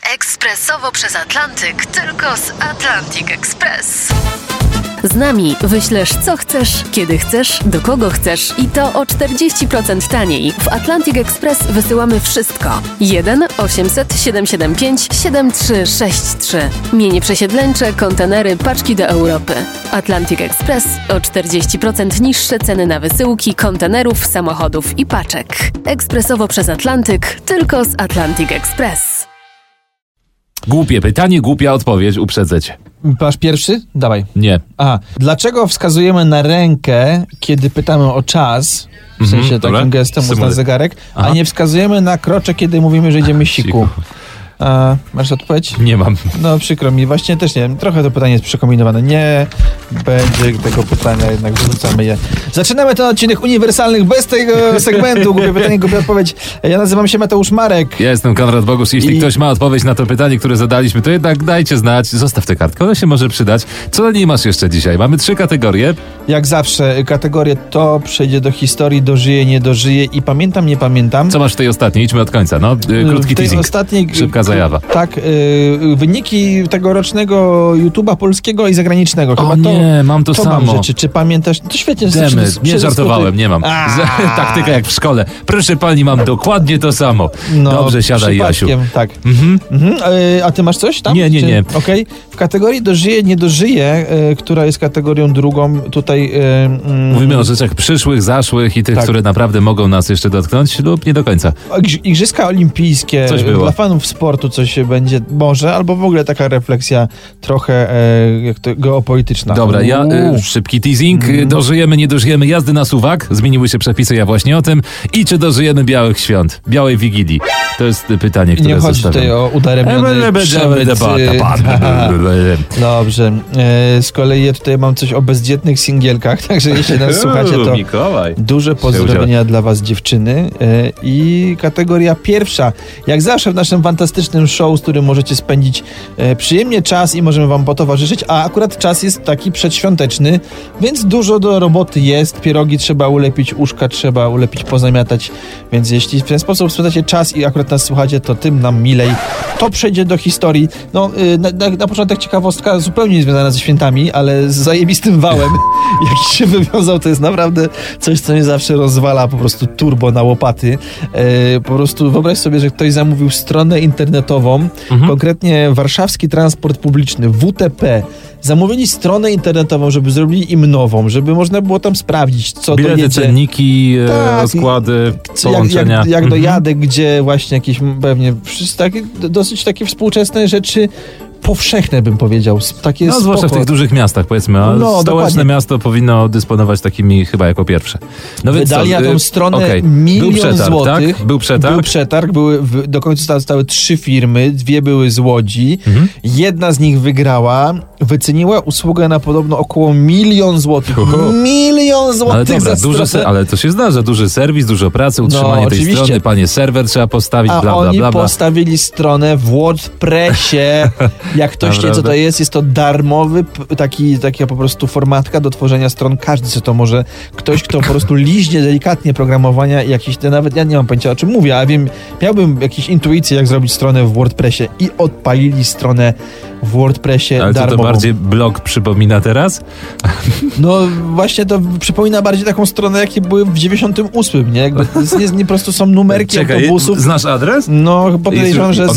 Ekspresowo przez Atlantyk, tylko z Atlantic Express. Z nami wyślesz co chcesz, kiedy chcesz, do kogo chcesz i to o 40% taniej. W Atlantic Express wysyłamy wszystko. 1 800 775 7363. Mienie przesiedleńcze, kontenery, paczki do Europy. Atlantic Express o 40% niższe ceny na wysyłki, kontenerów, samochodów i paczek. Ekspresowo przez Atlantyk, tylko z Atlantic Express. Głupie pytanie, głupia odpowiedź, uprzedzę cię. Masz pierwszy? Dawaj. Nie. Aha. Dlaczego wskazujemy na rękę, kiedy pytamy o czas, w sensie takim gestem na zegarek, a nie wskazujemy na krocze, kiedy mówimy, że idziemy siku? Masz odpowiedź? Nie mam. No przykro mi, właśnie też nie wiem, trochę to pytanie jest przekombinowane. Nie będzie tego pytania, jednak wyrzucamy je. Zaczynamy ten odcinek uniwersalnych bez tego segmentu. Głupie pytanie, głupia odpowiedź. Ja nazywam się Mateusz Marek. Ja jestem Konrad Bogusz. Jeśli ktoś ma odpowiedź na to pytanie, które zadaliśmy, to jednak dajcie znać. Zostaw tę kartkę, ona się może przydać. Co na niej masz jeszcze dzisiaj? Mamy 3 kategorie. Jak zawsze, kategorie to przejdzie do historii, dożyje, nie dożyje i pamiętam, nie pamiętam. Co masz w tej ostatniej? Idźmy od końca. No, krótki teasing. Szybka zajawa. Tak, wyniki tegorocznego YouTube'a polskiego i zagranicznego. Chyba nie, mam to samo. Mam rzeczy. Czy pamiętasz? To świetnie. Nie żartowałem, nie mam. Taktyka jak w szkole. Proszę pani, mam dokładnie to samo. Dobrze, siadaj, Jasiu. Tak. A ty masz coś tam? Nie. Okej. W kategorii dożyje, nie dożyje, która jest kategorią drugą, tutaj... Mówimy o rzeczach przyszłych, zaszłych i tych, które naprawdę mogą nas jeszcze dotknąć lub nie do końca. Igrzyska olimpijskie. Coś było. Dla fanów sportu coś będzie może, albo w ogóle taka refleksja trochę geopolityczna. Dobra, szybki teasing. Dożyjemy, nie dożyjemy jazdy na suwak. Zmieniły się przepisy, ja właśnie o tym. I czy dożyjemy białych świąt, białej Wigilii? To jest pytanie, które nie zostawiam. Nie chodzi tutaj o udaremniony przemyt. Dobrze. Z kolei ja tutaj mam coś o bezdzietnych singielkach, także jeśli nas słuchacie, to Mikołaj. Duże pozdrowienia dla was, dziewczyny. I kategoria pierwsza. Jak zawsze w naszym fantastycznym show, z którym możecie spędzić przyjemnie czas i możemy wam potowarzyszyć, a akurat czas jest taki przedświąteczny, więc dużo do roboty jest. Pierogi trzeba ulepić, uszka trzeba ulepić, pozamiatać, więc jeśli w ten sposób spędzacie czas i akurat nas słuchacie, to tym nam milej. To przejdzie do historii. No, na początek ciekawostka zupełnie niezwiązana ze świętami, ale z zajebistym wałem, jaki się wywiązał, to jest naprawdę coś, co mnie zawsze rozwala po prostu turbo na łopaty. Po prostu wyobraź sobie, że ktoś zamówił stronę internetową, konkretnie Warszawski Transport Publiczny, WTP. Zamówili stronę internetową, żeby zrobili im nową, żeby można było tam sprawdzić, co bilety, dojedzie. cenniki, rozkłady, połączenia. Jak dojadę, gdzie właśnie jakieś pewnie dosyć takie współczesne rzeczy, powszechne bym powiedział. Takie zwłaszcza w tych dużych miastach, powiedzmy. A stołeczne dokładnie. miasto powinno dysponować takimi chyba jako pierwsze. No więc wydali na tą stronę 1 000 000 złotych. Tak? Był przetarg. Do końca zostały 3 firmy, 2 były z Łodzi. Jedna z nich wygrała. Wyceniła usługę na podobno około 1 000 000 złotych. 1 000 000 złotych. Ale dobra, za ale to się zdarza. Duży serwis, dużo pracy, utrzymanie tej strony. Panie serwer trzeba postawić, bla, bla, bla. Oni postawili stronę w WordPressie. Jak ktoś wie, co to jest to darmowy taka po prostu formatka do tworzenia stron. Każdy co to może. Ktoś, kto po prostu liźnie delikatnie programowania i jakieś, nawet ja nie mam pojęcia, o czym mówię, a wiem, miałbym jakieś intuicje, jak zrobić stronę w WordPressie i odpalili stronę w WordPressie darmową. Ale to bardziej blog przypomina teraz? No właśnie to przypomina bardziej taką stronę, jakie były w 98, nie? Jakby nie po prostu są numerki autobusów. Znasz adres? No podejrzewam, że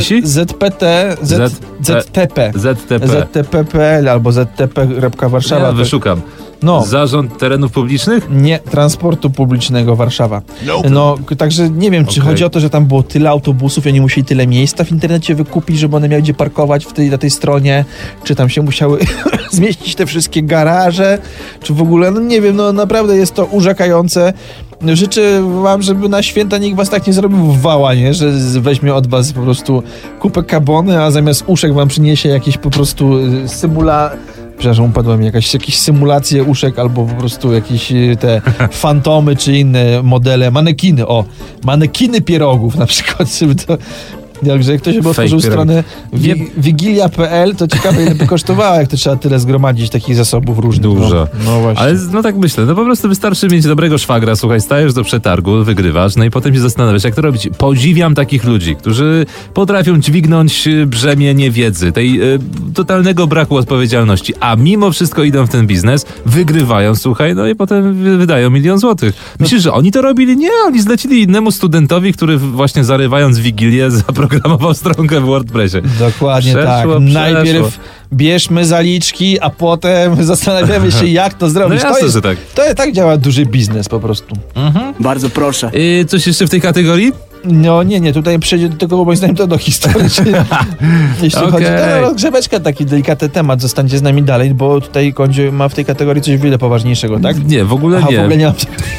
ZTP.pl albo ZTP.Warszawa. Ja wyszukam. Zarząd Terenów Publicznych? Nie, Transportu Publicznego Warszawa. No, także nie wiem, czy chodzi o to, że tam było tyle autobusów i oni musieli tyle miejsca w internecie wykupić, żeby one miały gdzie parkować na tej stronie, czy tam się musiały zmieścić te wszystkie garaże, czy w ogóle, no nie wiem, no naprawdę jest to urzekające. Życzę wam, żeby na święta nikt was tak nie zrobił w wała, nie? Że weźmie od was po prostu kupę kabony, a zamiast uszek wam przyniesie jakieś po prostu przepraszam, upadła mi jakieś symulacje uszek albo po prostu jakieś te fantomy czy inne modele, manekiny pierogów na przykład, żeby to Także jak ktoś by otworzył Fake stronę Nie- wigilia.pl, to ciekawe ile by kosztowało, jak to trzeba tyle zgromadzić takich zasobów różnych. Dużo. No właśnie. Ale no tak myślę, no po prostu wystarczy mieć dobrego szwagra, słuchaj, stajesz do przetargu, wygrywasz, no i potem się zastanawiasz, jak to robić. Podziwiam takich ludzi, którzy potrafią dźwignąć brzemię niewiedzy, tej totalnego braku odpowiedzialności, a mimo wszystko idą w ten biznes, wygrywają, słuchaj, no i potem wydają 1 000 000 złotych. Myślisz, że oni to robili? Nie, oni zlecili innemu studentowi, który właśnie zarywając Wigilię zaprogramował stronkę w WordPressie. Dokładnie tak. Przeszło. Najpierw bierzmy zaliczki, a potem zastanawiamy się, jak to zrobić. No jasne, że tak. To tak działa duży biznes po prostu. Bardzo proszę. Coś jeszcze w tej kategorii? No nie, tutaj przejdzie do tego, moim zdaniem, to do historii. Jeśli Okej. chodzi o rozgrzeweczka, taki delikatny temat, zostańcie z nami dalej, bo tutaj Kondziu ma w tej kategorii coś wiele poważniejszego, tak? Nie, w ogóle Aha, nie. w ogóle nie ma.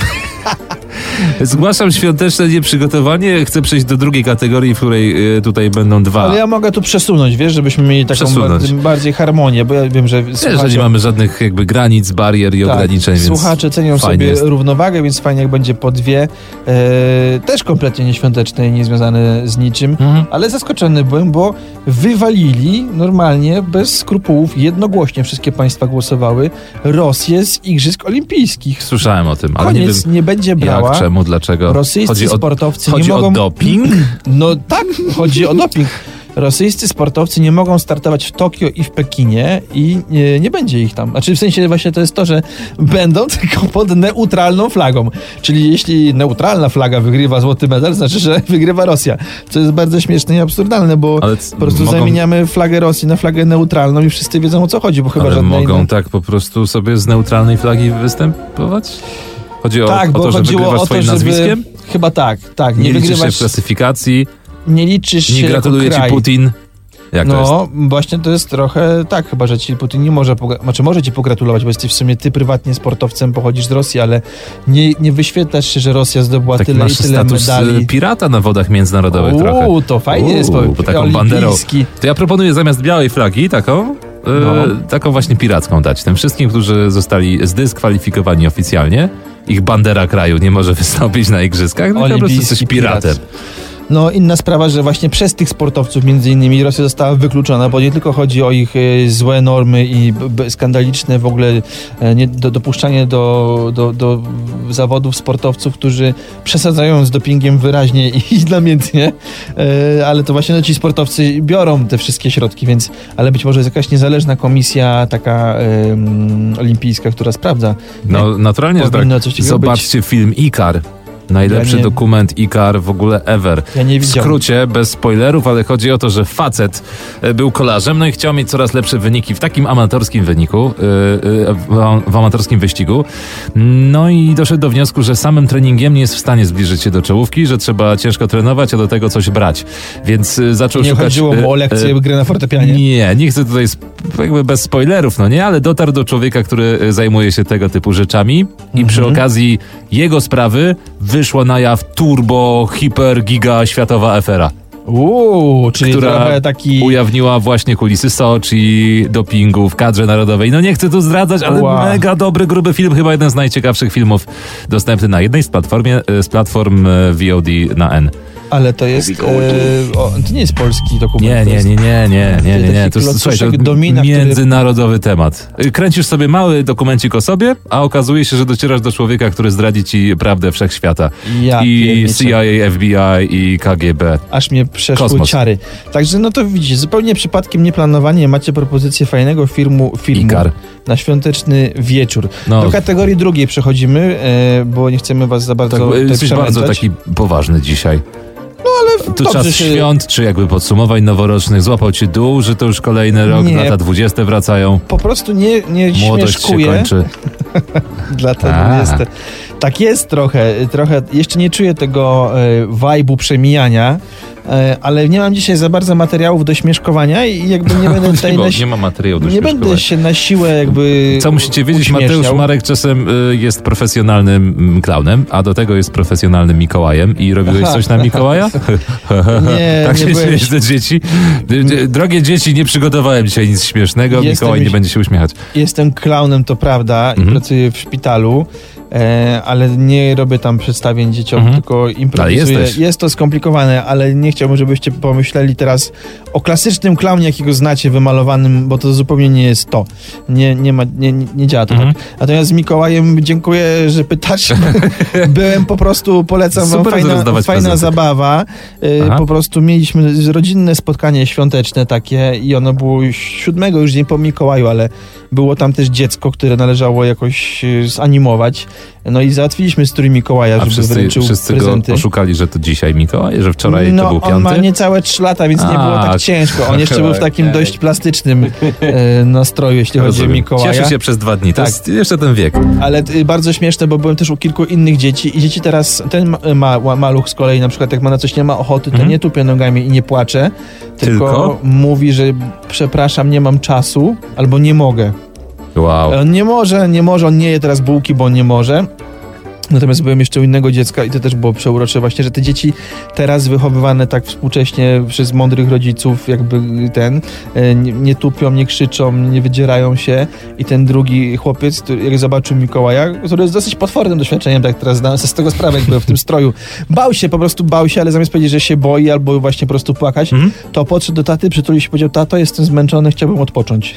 Zgłaszam świąteczne nieprzygotowanie. Chcę przejść do drugiej kategorii, w której tutaj będą dwa. Ale ja mogę tu przesunąć, wiesz, żebyśmy mieli taką bardziej harmonię, bo ja wiem, że Wiesz, że nie mamy żadnych jakby granic, barier i ograniczeń, więc słuchacze cenią fajnie sobie jest. równowagę, więc fajnie jak będzie po dwie. Też kompletnie nieświąteczne i niezwiązane z niczym, ale zaskoczony byłem, bo wywalili normalnie, bez skrupułów, jednogłośnie wszystkie państwa głosowały Rosję z Igrzysk Olimpijskich. Słyszałem o tym, ale Koniec, nie wiem nie będzie brała. jak, czemu, dlaczego. Rosyjscy sportowcy chodzi nie mogą... o doping? No tak, chodzi o doping. Rosyjscy sportowcy nie mogą startować w Tokio i w Pekinie i nie będzie ich tam. Znaczy w sensie właśnie to jest to, że będą tylko pod neutralną flagą. Czyli jeśli neutralna flaga wygrywa złoty medal, znaczy, że wygrywa Rosja. Co jest bardzo śmieszne i absurdalne, bo Ale po prostu zamieniamy flagę Rosji na flagę neutralną i wszyscy wiedzą, o co chodzi, bo chyba Ale żadnej mogą innej... tak po prostu sobie z neutralnej flagi występować? Chodzi o, Tak, o bo to, że chodziło wygrywasz o to, swoim żeby... nazwiskiem? Chyba tak. Nie liczysz się wygrywasz, w klasyfikacji, nie liczysz nie się gratuluje jako ci kraj. Putin. Jak to jest? No, właśnie to jest trochę tak, chyba, że ci Putin nie może, znaczy może ci pogratulować, bo jesteś w sumie ty prywatnie sportowcem, pochodzisz z Rosji, ale nie wyświetlasz się, że Rosja zdobyła Taki tyle i masz tyle status medali. pirata na wodach międzynarodowych trochę. To fajnie jest, bo taką banderą. olimpijski. To ja proponuję zamiast białej flagi taką właśnie piracką dać. Tym wszystkim, którzy zostali zdyskwalifikowani oficjalnie, ich bandera kraju nie może wystąpić na igrzyskach, no i po prostu jesteś piratem. No inna sprawa, że właśnie przez tych sportowców między innymi Rosja została wykluczona, bo nie tylko chodzi o ich złe normy i skandaliczne w ogóle dopuszczanie do zawodów sportowców, którzy przesadzają z dopingiem wyraźnie i namiętnie, ale to właśnie ci sportowcy biorą te wszystkie środki, więc, ale być może jest jakaś niezależna komisja taka olimpijska, która sprawdza. No naturalnie, że tak. Powinno coś takiego Zobaczcie film Ikar. Najlepszy dokument Ikar w ogóle ever. Ja nie W widziałem. skrócie, bez spoilerów, ale chodzi o to, że facet był kolarzem, no i chciał mieć coraz lepsze wyniki w takim amatorskim wyniku, w amatorskim wyścigu. No i doszedł do wniosku, że samym treningiem nie jest w stanie zbliżyć się do czołówki, że trzeba ciężko trenować, a do tego coś brać. Więc zaczął Nie szukać... chodziło mu o lekcję gry na fortepianie. Nie chcę tutaj jakby bez spoilerów, no nie, ale dotarł do człowieka, który zajmuje się tego typu rzeczami i przy okazji jego sprawy wyszła na jaw turbo, hiper, giga światowa afera, Czyli która trochę taki... ujawniła właśnie kulisy Soczi, dopingu w kadrze narodowej. No nie chcę tu zdradzać, ale mega dobry, gruby film, chyba jeden z najciekawszych filmów dostępny na jednej z platform VOD na N. Ale to jest... to nie jest polski dokument. Nie. To jest, słuchaj, to Domina, międzynarodowy temat. Kręcisz sobie mały dokumencik o sobie, a okazuje się, że docierasz do człowieka, który zdradzi ci prawdę wszechświata. I CIA, FBI i KGB. Aż mnie przeszły Kosmos. ciary. Także no to widzicie, zupełnie przypadkiem nieplanowanie macie propozycję fajnego filmu Ikar. na świąteczny wieczór. No. Do kategorii drugiej przechodzimy, bo nie chcemy was za bardzo Tak, jesteś przemęczać. bardzo taki poważny dzisiaj. ale Tu dobrze czas się... świąt, czy jakby podsumowań noworocznych, złapał cię dół, że to już kolejny rok, Nie. lata 20 wracają, Po prostu nie młodość się śmieszkuję. kończy. Lata 20. Tak jest trochę. Jeszcze nie czuję tego vibe'u przemijania, ale nie mam dzisiaj za bardzo materiałów do śmieszkowania i jakby nie będę tutaj Nie ma materiału do nie śmieszkowania. będę się na siłę jakby Co musicie wiedzieć, uśmieszniał. Mateusz Marek czasem jest profesjonalnym klaunem, a do tego jest profesjonalnym Mikołajem. I robiłeś coś na Mikołaja? Nie, tak nie się byłem. śmiejesz do dzieci? Drogie dzieci, nie przygotowałem dzisiaj nic śmiesznego. Jestem Mikołaj nie już- będzie się uśmiechać. Jestem klaunem, to prawda, i pracuję w szpitalu. ale nie robię tam przedstawień dzieciom, tylko improwizuję. Ale jest to skomplikowane, ale nie chciałbym, żebyście pomyśleli teraz o klasycznym klaunie, jakiego znacie, wymalowanym, bo to zupełnie nie jest to. Nie działa to tak. Natomiast z Mikołajem dziękuję, że pytasz. Byłem po prostu, polecam wam, fajna zabawa. Po prostu mieliśmy rodzinne spotkanie świąteczne takie i ono było 7 już dzień po Mikołaju, ale było tam też dziecko, które należało jakoś zanimować. No i załatwiliśmy strój Mikołaja, żeby wręczył wszyscy prezenty. Go oszukali, że to dzisiaj Mikołaj, że wczoraj to był 5. On ma niecałe 3 lata, więc nie było tak ciężko. On jeszcze był w takim dość plastycznym nastroju, jeśli chodzi o Mikołaja. Cieszy się przez 2 dni, to jest jeszcze ten wiek. Ale bardzo śmieszne, bo byłem też u kilku innych dzieci i dzieci teraz, ten maluch z kolei na przykład jak ma na coś nie ma ochoty, to nie tupie nogami i nie płacze, tylko mówi, że przepraszam, nie mam czasu albo nie mogę. Wow. On nie może, on nie je teraz bułki, bo on nie może. Natomiast byłem jeszcze u innego dziecka i to też było przeurocze właśnie, że te dzieci teraz wychowywane tak współcześnie przez mądrych rodziców jakby nie tupią, nie krzyczą, nie wydzierają się i ten drugi chłopiec, jak zobaczył Mikołaja, który jest dosyć potwornym doświadczeniem, tak teraz zdałem sobie z tego sprawę, jakby w tym stroju. Bał się, ale zamiast powiedzieć, że się boi albo właśnie po prostu płakać, to podszedł do taty, przytulił się i powiedział: tato, jestem zmęczony, chciałbym odpocząć.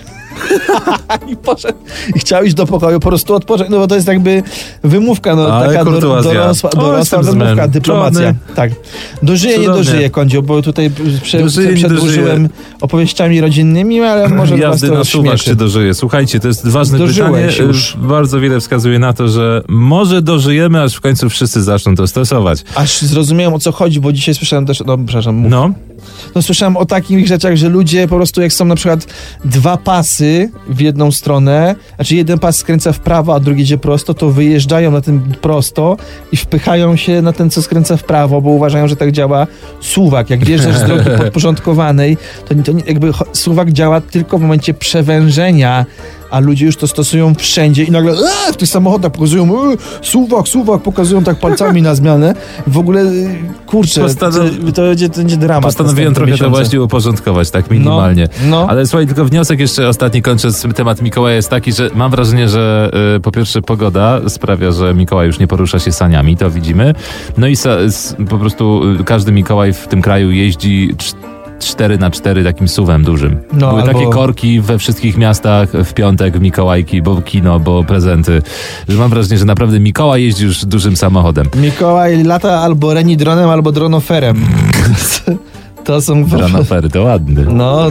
I poszedł i chciał iść do pokoju, po prostu odpocząć, no bo to jest jakby wymówka, taka dorosła wymówka, dyplomacja. Tak. Dożyje, nie dożyje, Kondzio, bo tutaj przedłużyłem opowieściami rodzinnymi, ale może was to na Suwak czy dożyje. Słuchajcie, to jest ważne pytanie. Już bardzo wiele wskazuje na to, że może dożyjemy, aż w końcu wszyscy zaczną to stosować. Aż zrozumiałem, o co chodzi, bo dzisiaj słyszałem też, przepraszam, słyszałem o takich rzeczach, że ludzie po prostu jak są na przykład 2 pasy w jedną stronę, znaczy jeden pas skręca w prawo, a drugi idzie prosto, to wyjeżdżają na ten prosto i wpychają się na ten, co skręca w prawo, bo uważają, że tak działa suwak. Jak wjeżdżasz z drogi podporządkowanej, to jakby suwak działa tylko w momencie przewężenia, a ludzie już to stosują wszędzie i nagle w tych samochodach pokazują suwak, pokazują tak palcami na zmianę. W ogóle, kurczę, to będzie dramat. Postanowiłem trochę to właśnie uporządkować, tak minimalnie. Ale słuchaj, tylko wniosek jeszcze ostatni, kończąc temat Mikołaja, jest taki, że mam wrażenie, że po pierwsze pogoda sprawia, że Mikołaj już nie porusza się saniami, to widzimy. No i po prostu każdy Mikołaj w tym kraju jeździ 4x4 takim suwem dużym. Były takie korki we wszystkich miastach w piątek, w Mikołajki, bo kino, bo prezenty. Że mam wrażenie, że naprawdę Mikołaj jeździ już dużym samochodem. Mikołaj lata albo renidronem, albo dronoferem. To są dronofery, to ładny.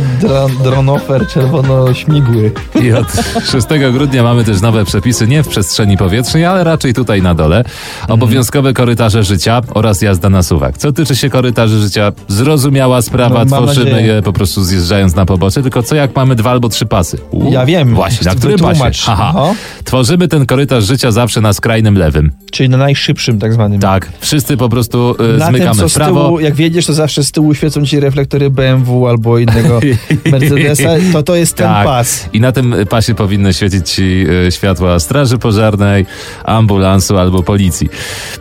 Dronofer czerwono-śmigły. I od 6 grudnia mamy też nowe przepisy, nie w przestrzeni powietrznej, ale raczej tutaj na dole. Obowiązkowe korytarze życia oraz jazda na suwak. Co tyczy się korytarzy życia, zrozumiała sprawa, tworzymy je po prostu zjeżdżając na pobocze, tylko co jak mamy 2 albo 3 pasy? Ja wiem. Właśnie, na którym pasie? Tworzymy ten korytarz życia zawsze na skrajnym lewym. Czyli na najszybszym tak zwanym. Tak, wszyscy po prostu zmykamy tym, w prawo. Tyłu, jak wiedziesz, to zawsze z tyłu świecą ci reflektory BMW albo innego Mercedesa, to jest ten pas. I na tym pasie powinny świecić ci światła straży pożarnej, ambulansu albo policji.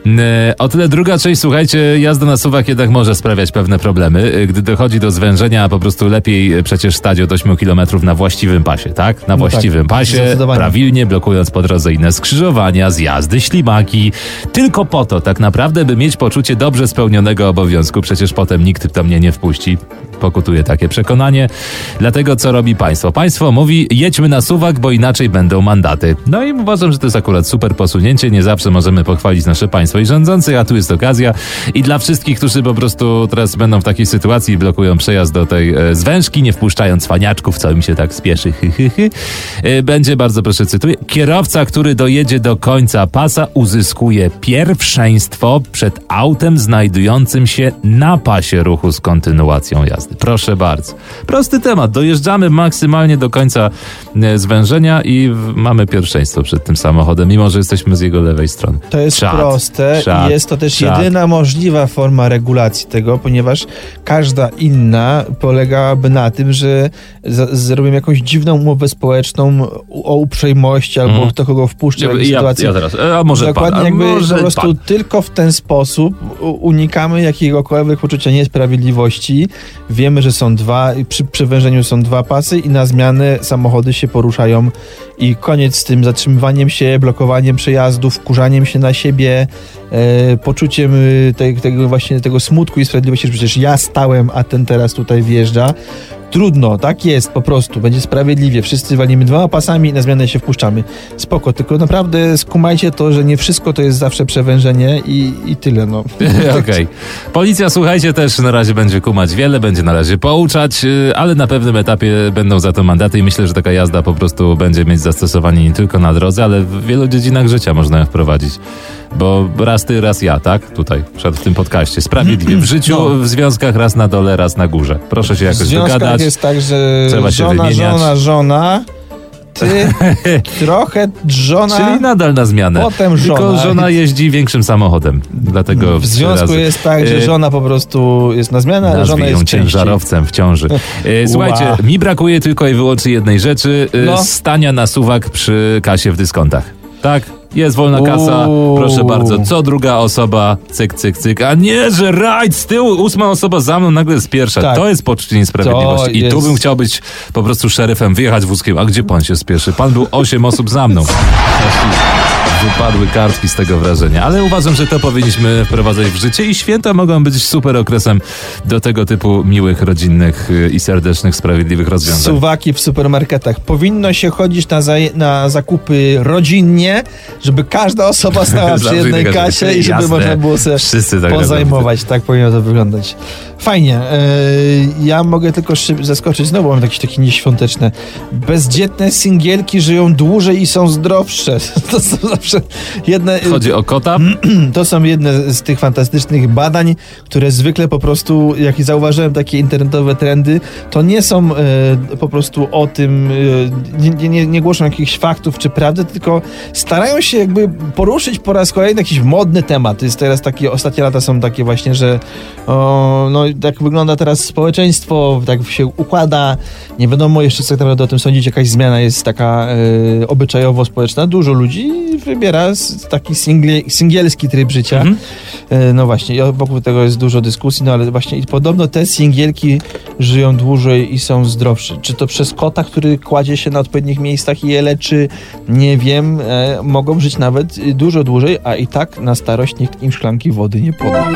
O tyle druga część, słuchajcie, jazda na suwak jednak może sprawiać pewne problemy. Gdy dochodzi do zwężenia, po prostu lepiej przecież stać od 8 km na właściwym pasie, tak? Na właściwym pasie, prawilnie blokując po drodze inne skrzyżowania, zjazdy, ślimaki. Tylko po to tak naprawdę, by mieć poczucie dobrze spełnionego obowiązku. Przecież potem nikt tam mnie nie wpuści. Pokutuje takie przekonanie. Dlatego co robi państwo? Państwo mówi: jedźmy na suwak, bo inaczej będą mandaty. No i uważam, że to jest akurat super posunięcie. Nie zawsze możemy pochwalić nasze państwo i rządzących, a tu jest okazja. I dla wszystkich, którzy po prostu teraz będą w takiej sytuacji i blokują przejazd do tej zwężki, nie wpuszczając cwaniaczków, co im się tak spieszy, będzie, bardzo proszę, cytuję: kierowca, który dojedzie do końca pasa, uzyskuje pierwszeństwo przed autem znajdującym się na pasie ruchu z kontynuacją jazdy. Proszę bardzo. Prosty temat. Dojeżdżamy maksymalnie do końca zwężenia i mamy pierwszeństwo przed tym samochodem, mimo że jesteśmy z jego lewej strony. To jest proste i jest to też jedyna możliwa forma regulacji tego, ponieważ każda inna polegałaby na tym, że zrobimy jakąś dziwną umowę społeczną o uprzejmości albo kto kogo wpuszcza w sytuacji. Ja teraz. A może dokładnie, pan. Jakby może po prostu tylko w ten sposób unikamy jakiegokolwiek poczucia niesprawiedliwości, wiemy, że są dwa, przy przewężeniu są dwa pasy i na zmianę samochody się poruszają i koniec z tym zatrzymywaniem się, blokowaniem przejazdów, wkurzaniem się na siebie, poczuciem tego smutku i sprawiedliwości, że przecież ja stałem, a ten teraz tutaj wjeżdża. Trudno, tak jest po prostu, będzie sprawiedliwie, wszyscy walimy 2 pasami i na zmianę się wpuszczamy. Spoko, tylko naprawdę skumajcie to, że nie wszystko to jest zawsze przewężenie i tyle, no. Okej. Policja, słuchajcie, też na razie będzie kumać wiele, będzie na razie pouczać, ale na pewnym etapie będą za to mandaty i myślę, że taka jazda po prostu będzie mieć zastosowanie nie tylko na drodze, ale w wielu dziedzinach życia można ją wprowadzić. Bo raz ty, raz ja, tak? Tutaj, w tym podcaście. Sprawiedliwie. W życiu, w związkach raz na dole, raz na górze. Proszę się jakoś dogadać. Jest tak, że trzeba się wymieniać. żona, ty trochę żona. Czyli nadal na zmianę. Potem żona. Tylko żona jeździ większym samochodem. Dlatego w związku jest tak, że żona po prostu jest na zmianę, ale żona jest ciężarowcem w ciąży. Słuchajcie, mi brakuje tylko i wyłącznie jednej rzeczy. Stania na suwak przy kasie w dyskontach. Tak? Jest wolna kasa, proszę bardzo, co druga osoba, cyk, cyk, cyk, a nie, że rajd z tyłu, 8 osoba za mną nagle jest pierwsza. Tak. To jest poczucie niesprawiedliwości. I tu bym chciał być po prostu szeryfem, wyjechać wózkiem. A gdzie pan się spieszy? Pan był 8 osób za mną. Wypadły kartki z tego wrażenia. Ale uważam, że to powinniśmy wprowadzać w życie i święta mogą być super okresem do tego typu miłych, rodzinnych i serdecznych, sprawiedliwych rozwiązań. Suwaki w supermarketach. Powinno się chodzić na zakupy rodzinnie, żeby każda osoba stała przy jednej kasie i żeby można było sobie pozajmować. Tak powinno to wyglądać. Fajnie. Ja mogę tylko zaskoczyć. Znowu mam jakieś takie nieświąteczne. Bezdzietne singielki żyją dłużej i są zdrowsze. To są zawsze jedne... Chodzi o kota? To są jedne z tych fantastycznych badań, które zwykle po prostu, jak zauważyłem takie internetowe trendy, to nie są po prostu o tym, nie głoszą jakichś faktów czy prawdy, tylko starają się jakby poruszyć po raz kolejny jakiś modny temat. Jest teraz takie, ostatnie lata są takie właśnie, że tak wygląda teraz społeczeństwo, tak się układa, nie wiadomo jeszcze co tak naprawdę o tym sądzić, jakaś zmiana jest taka obyczajowo-społeczna. Dużo ludzi wybiera taki singielski tryb życia. No właśnie, wokół tego jest dużo dyskusji, no ale właśnie podobno te singielki żyją dłużej i są zdrowsze. Czy to przez kota, który kładzie się na odpowiednich miejscach i je leczy? Nie wiem. Mogą żyć nawet dużo dłużej, a i tak na starość nikt im szklanki wody nie poda.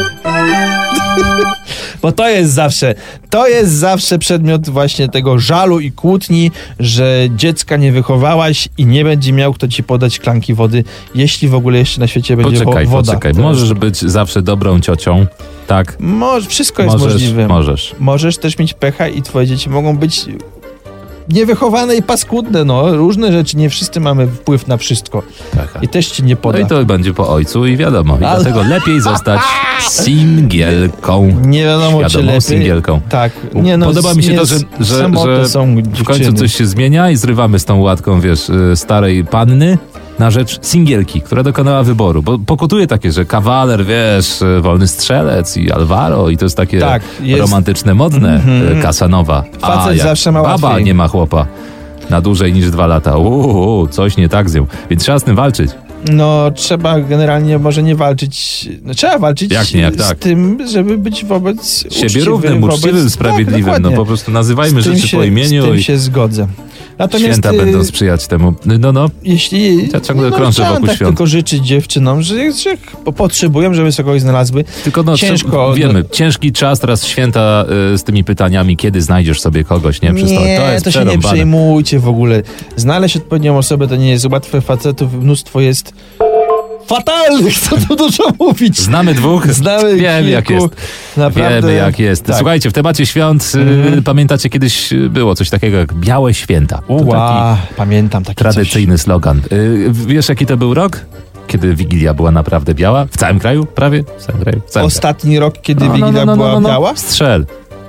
Bo to jest zawsze przedmiot właśnie tego żalu i kłótni, że dziecka nie wychowałaś i nie będzie miał kto ci podać szklanki wody, jeśli w ogóle jeszcze na świecie będzie woda. Poczekaj, możesz być zawsze dobrą ciocią, tak? Wszystko jest możliwe. Możesz też mieć pecha i twoje dzieci mogą być niewychowane i paskudne, różne rzeczy, nie wszyscy mamy wpływ na wszystko. Tak. I też ci nie poda. No i to będzie po ojcu i wiadomo. I dlatego lepiej zostać singielką. Nie wiadomo, czy lepiej. Singielką. Tak. Podoba mi się to, że w końcu coś się zmienia i zrywamy z tą łatką, starej panny na rzecz singielki, która dokonała wyboru. Bo pokutuje takie, że kawaler, wolny strzelec i Alvaro i to jest takie romantyczne, modne, Casanowa. Facet zawsze ma łatwiej. Baba nie ma chłopa na dłużej niż 2 lata. Coś nie tak z nią. Więc trzeba z tym walczyć. Trzeba generalnie może nie walczyć. Trzeba walczyć z tym, żeby być wobec siebie równym, uczciwym, sprawiedliwym. Po prostu nazywajmy rzeczy po imieniu. Z tym się zgodzę. Natomiast święta będą sprzyjać temu. Jeśli ja ciągle krążę wokół świąt. Tylko życzyć dziewczynom, że potrzebują, żeby sobie kogoś znalazły. Tylko ciężko. Wiemy, ciężki czas, teraz święta z tymi pytaniami, kiedy znajdziesz sobie kogoś, nie? To się nie przejmujcie w ogóle. Znaleźć odpowiednią osobę to nie jest łatwe. Facetów mnóstwo jest fatalnych, co tu dużo mówić. Znamy 2, wiemy jak jest. Naprawdę. Wiemy jak jest. Tak. Słuchajcie, w temacie świąt pamiętacie, kiedyś było coś takiego jak Białe Święta. Pamiętam taki tradycyjny slogan. Wiesz jaki to był rok? Kiedy Wigilia była naprawdę biała? W całym kraju? Prawie? W całym kraju? Ostatni rok, kiedy Wigilia była biała? Strzel.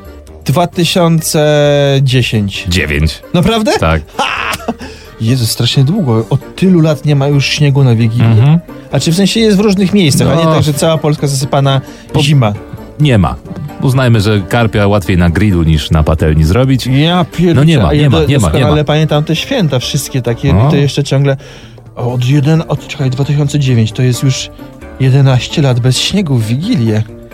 2010. 9. Naprawdę? Tak. Jezu, strasznie długo. Od tylu lat nie ma już śniegu na Wigilię. A czy w sensie jest w różnych miejscach, a nie tak, że cała Polska zasypana zima? Nie ma. Uznajmy, że karpia łatwiej na grillu niż na patelni zrobić. Ja pierdolę. Nie ma. Ale pamiętam te święta wszystkie takie, to jeszcze ciągle od 2009 to jest już 11 lat bez śniegu w Wigilię.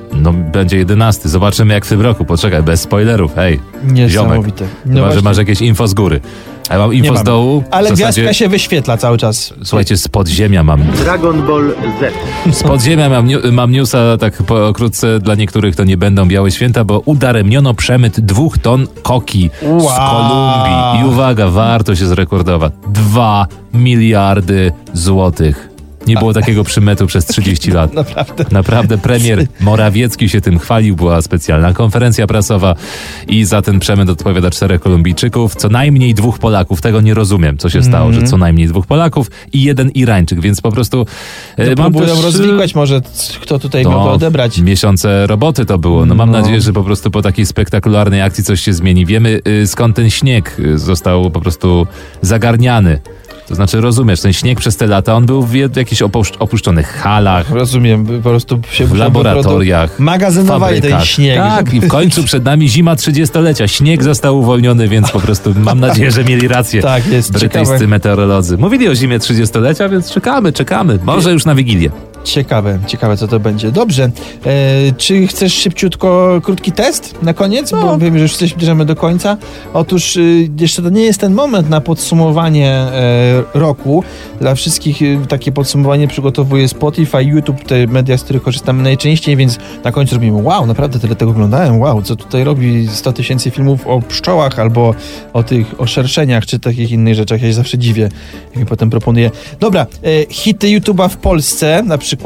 No, będzie 11. Zobaczymy jak w tym roku. Poczekaj, bez spoilerów. Hej, ziomek. Niesamowite. No Chyba, że właśnie. masz jakieś info z góry. A ja mam info z dołu. Ale w zasadzie, gwiazdka się wyświetla cały czas. Słuchajcie, z podziemia mam. Dragon Ball Z. Z podziemia mam newsa, tak pokrótce, dla niektórych to nie będą białe święta, bo udaremniono przemyt 2 ton koki z Kolumbii. I uwaga, wartość jest rekordowa. 2 miliardy złotych. Nie było takiego przemytu przez 30 lat. Naprawdę premier Morawiecki się tym chwalił, była specjalna konferencja prasowa i za ten przemyt odpowiada 4 Kolumbijczyków, co najmniej 2 Polaków. Tego nie rozumiem, co się stało, że co najmniej 2 Polaków i 1 Irańczyk, więc po prostu Próbują rozwikłać może, kto tutaj mogę odebrać. Miesiące roboty to było. No mam nadzieję, że po prostu po takiej spektakularnej akcji coś się zmieni. Wiemy, skąd ten śnieg został po prostu zagarniany. To znaczy, rozumiesz, ten śnieg przez te lata, on był w jakichś opuszczonych halach. Rozumiem, po prostu się w laboratoriach, magazynowali ten śnieg. Tak, i w końcu przed nami zima 30-lecia. Śnieg został uwolniony, więc po prostu mam nadzieję, że mieli rację. Tak, jest brytyjscy ciekawe. meteorolodzy. Mówili o zimie 30-lecia, więc czekamy. Może już na Wigilię. Ciekawe co to będzie. Dobrze, czy chcesz szybciutko krótki test na koniec? Bo wiem, że już zbliżamy do końca. Otóż jeszcze to nie jest ten moment na podsumowanie roku. Dla wszystkich takie podsumowanie przygotowuje Spotify, YouTube, te media, z których korzystamy najczęściej, więc na końcu robimy wow, naprawdę tyle tego oglądałem, wow, co tutaj robi 100 000 filmów o pszczołach albo o szerszeniach, czy takich innych rzeczach. Ja się zawsze dziwię, jak mi potem proponuję. Dobra, hity YouTube'a w Polsce na przykład.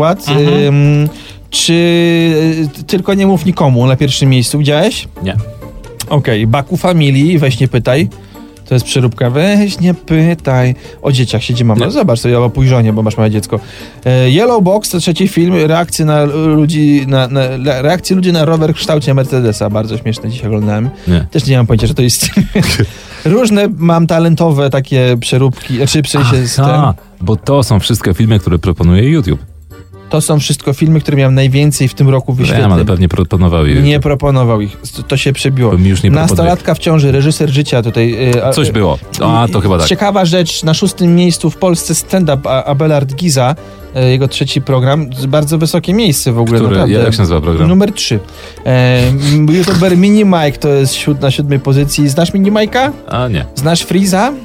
Czy Tylko nie mów nikomu na pierwszym miejscu? Widziałeś? Nie. Okej, Baku Family, weź nie pytaj. To jest przeróbka. Weź nie pytaj. O dzieciach siedzi mama. No zobacz sobie, o pójrzonie, bo masz małe dziecko. Yellow Box to 3. film. Reakcje ludzi na rower w kształcie Mercedesa. Bardzo śmieszne dzisiaj oglądałem. Nie. Też nie mam pojęcia, że to jest. Różne mam talentowe takie przeróbki. Bo to są wszystkie filmy, które proponuje YouTube. To są wszystko filmy, które miałem najwięcej w tym roku wyświetleń. Ale pewnie proponował je. Nie proponował ich. To się przebiło. To mi już nie Nastolatka w ciąży, reżyser życia tutaj. Coś było. To chyba tak. Ciekawa rzecz, na 6. miejscu w Polsce stand-up Abelard Giza, jego 3. program. Bardzo wysokie miejsce w ogóle. Jak się nazywa program? Numer 3. YouTuber Mini Mike to jest na 7. pozycji. Znasz Mini Mike'a? A nie. Znasz Freeza?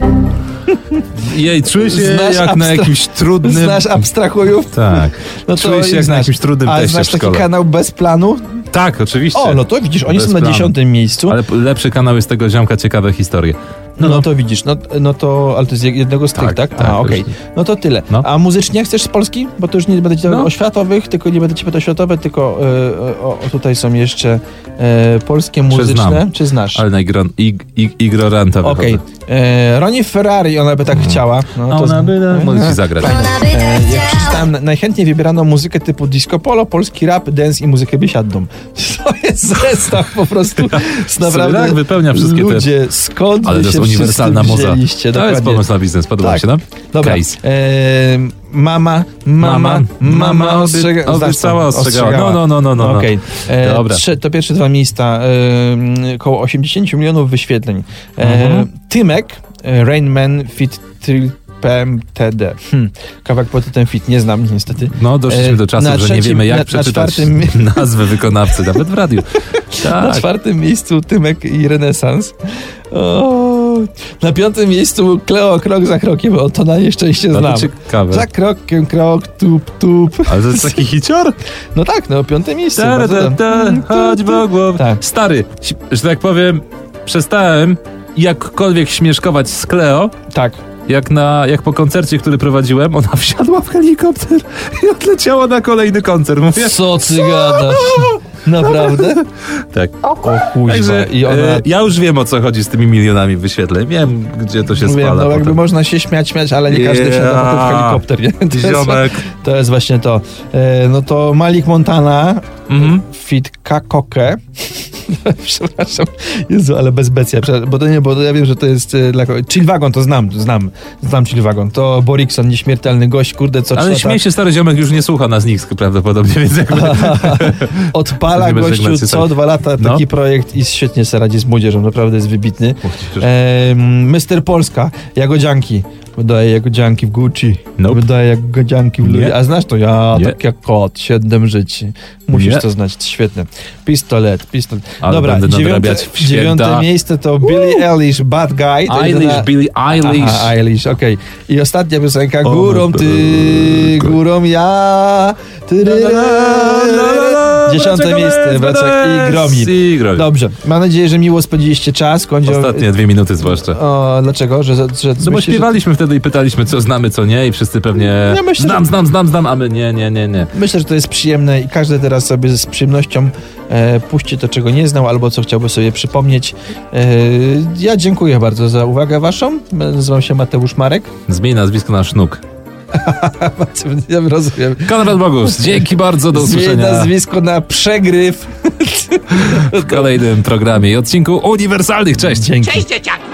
Jej, czuję się jak na jakimś trudnym... Znasz abstrahujów? Tak. No to czuję się jak na jakimś trudnym teście w szkole. A znasz taki kanał Bez Planu? Tak, oczywiście. O, no to widzisz, oni są na 10. miejscu. Ale lepszy kanał jest tego ziomka Ciekawe Historie. No to widzisz, no to, ale to jest jednego z tych, tak? Okej. No to tyle. No. A muzycznie chcesz z Polski? Bo to już nie będę ci pytał o światowych, tylko nie będę ci pytał o światowe, tylko tutaj są jeszcze polskie muzyczne. Czy znasz? Ale na ignoranta wychodzę. Okej. Ronnie Ferrari, ona by tak chciała. No, ona by mogę ci zagrać. Jak przeczytałem, najchętniej wybierano muzykę typu disco polo, polski rap, dance i muzykę biesiadną. To jest zestaw po prostu. Naprawdę tak wypełnia wszystkie ludzie, skąd ale to jest uniwersalna muza. To jest pomysł na biznes, podoba mi się, no? Dobra. Mama ostrzegała. No. Okej. Dobra. To pierwsze 2 miejsca, koło 80 milionów wyświetleń. Tymek, Rain Man Fit PMTD. Kawałek pod tytułem Fit, nie znam niestety. No, doszliśmy do czasów, że nie wiemy jak przeczytać nazwę wykonawcy, nawet w radiu. Tak. Na 4. miejscu Tymek i Renesans. Na 5. miejscu Kleo, Krok za krokiem, bo to na nieszczęście znam. To ciekawe. Za krokiem, krok, tup. Ale to jest taki hicior? No tak, no 5. miejsce. Chodź w głowę. Tak. Stary, że tak powiem, przestałem jakkolwiek śmieszkować z Kleo. Tak. Jak po koncercie, który prowadziłem, ona wsiadła w helikopter i odleciała na kolejny koncert. Mówię, co ty gadasz? Naprawdę? Tak. O kuźwa. Także, I ona... ja już wiem, o co chodzi z tymi milionami wyświetleń. Wiem, gdzie to się spala. No jakby można się śmiać, ale nie każdy wsiada potem w helikopter. Nie? To jest właśnie to. No to Malik Montana, Fit Kakoke. Przepraszam. Jezu, ale bez becja. Bo ja wiem, że to jest dla kogoś. Chillwagon to znam Chillwagon. To Borikson, nieśmiertelny gość, kurde, co ale śmiej się, stary ziomek już nie słucha nas nikt prawdopodobnie, więc jakby... Odpala gościu co 2 lata taki projekt i świetnie sobie radzi z młodzieżą. Naprawdę jest wybitny. Mr. Polska, Jagodzianki. Wydaje jak godzianki w Gucci. Nope. Wydaje jak godzianki w Louis. Nie. A znasz to? Ja, Nie. tak jak kot, 7 żyć. Musisz Nie. to znać, świetne. Pistolet. Ale Dobra, będę dziewiąte nadrabiać w święta. miejsce to Billie Eilish, Bad Guy. To Eilish, Billie Eilish. Aha, Eilish, okej. I ostatnia piosenka, O, górą ty, God. górą ja. Dziesiąte miejsce, Wracek i Gromi. Dobrze, mam nadzieję, że miło spędziliście czas. Ostatnie 2 minuty zwłaszcza. O, dlaczego? Że No bo myślisz, że- śpiewaliśmy wtedy i pytaliśmy, co znamy, co nie i wszyscy pewnie Ja myślę, znam, a my nie. Myślę, że to jest przyjemne i każdy teraz sobie z przyjemnością puści to, czego nie znał, albo co chciałby sobie przypomnieć. Ja dziękuję bardzo za uwagę waszą. Nazywam się Mateusz Marek. Zmień nazwisko na Sznuk. Ja rozumiem. Konrad Bogus, dzięki bardzo, do Zmień usłyszenia nazwisko na Przegryw. w kolejnym programie i odcinku Uniwersalnych. Cześć! Dzięki. Cześć dzieciaku!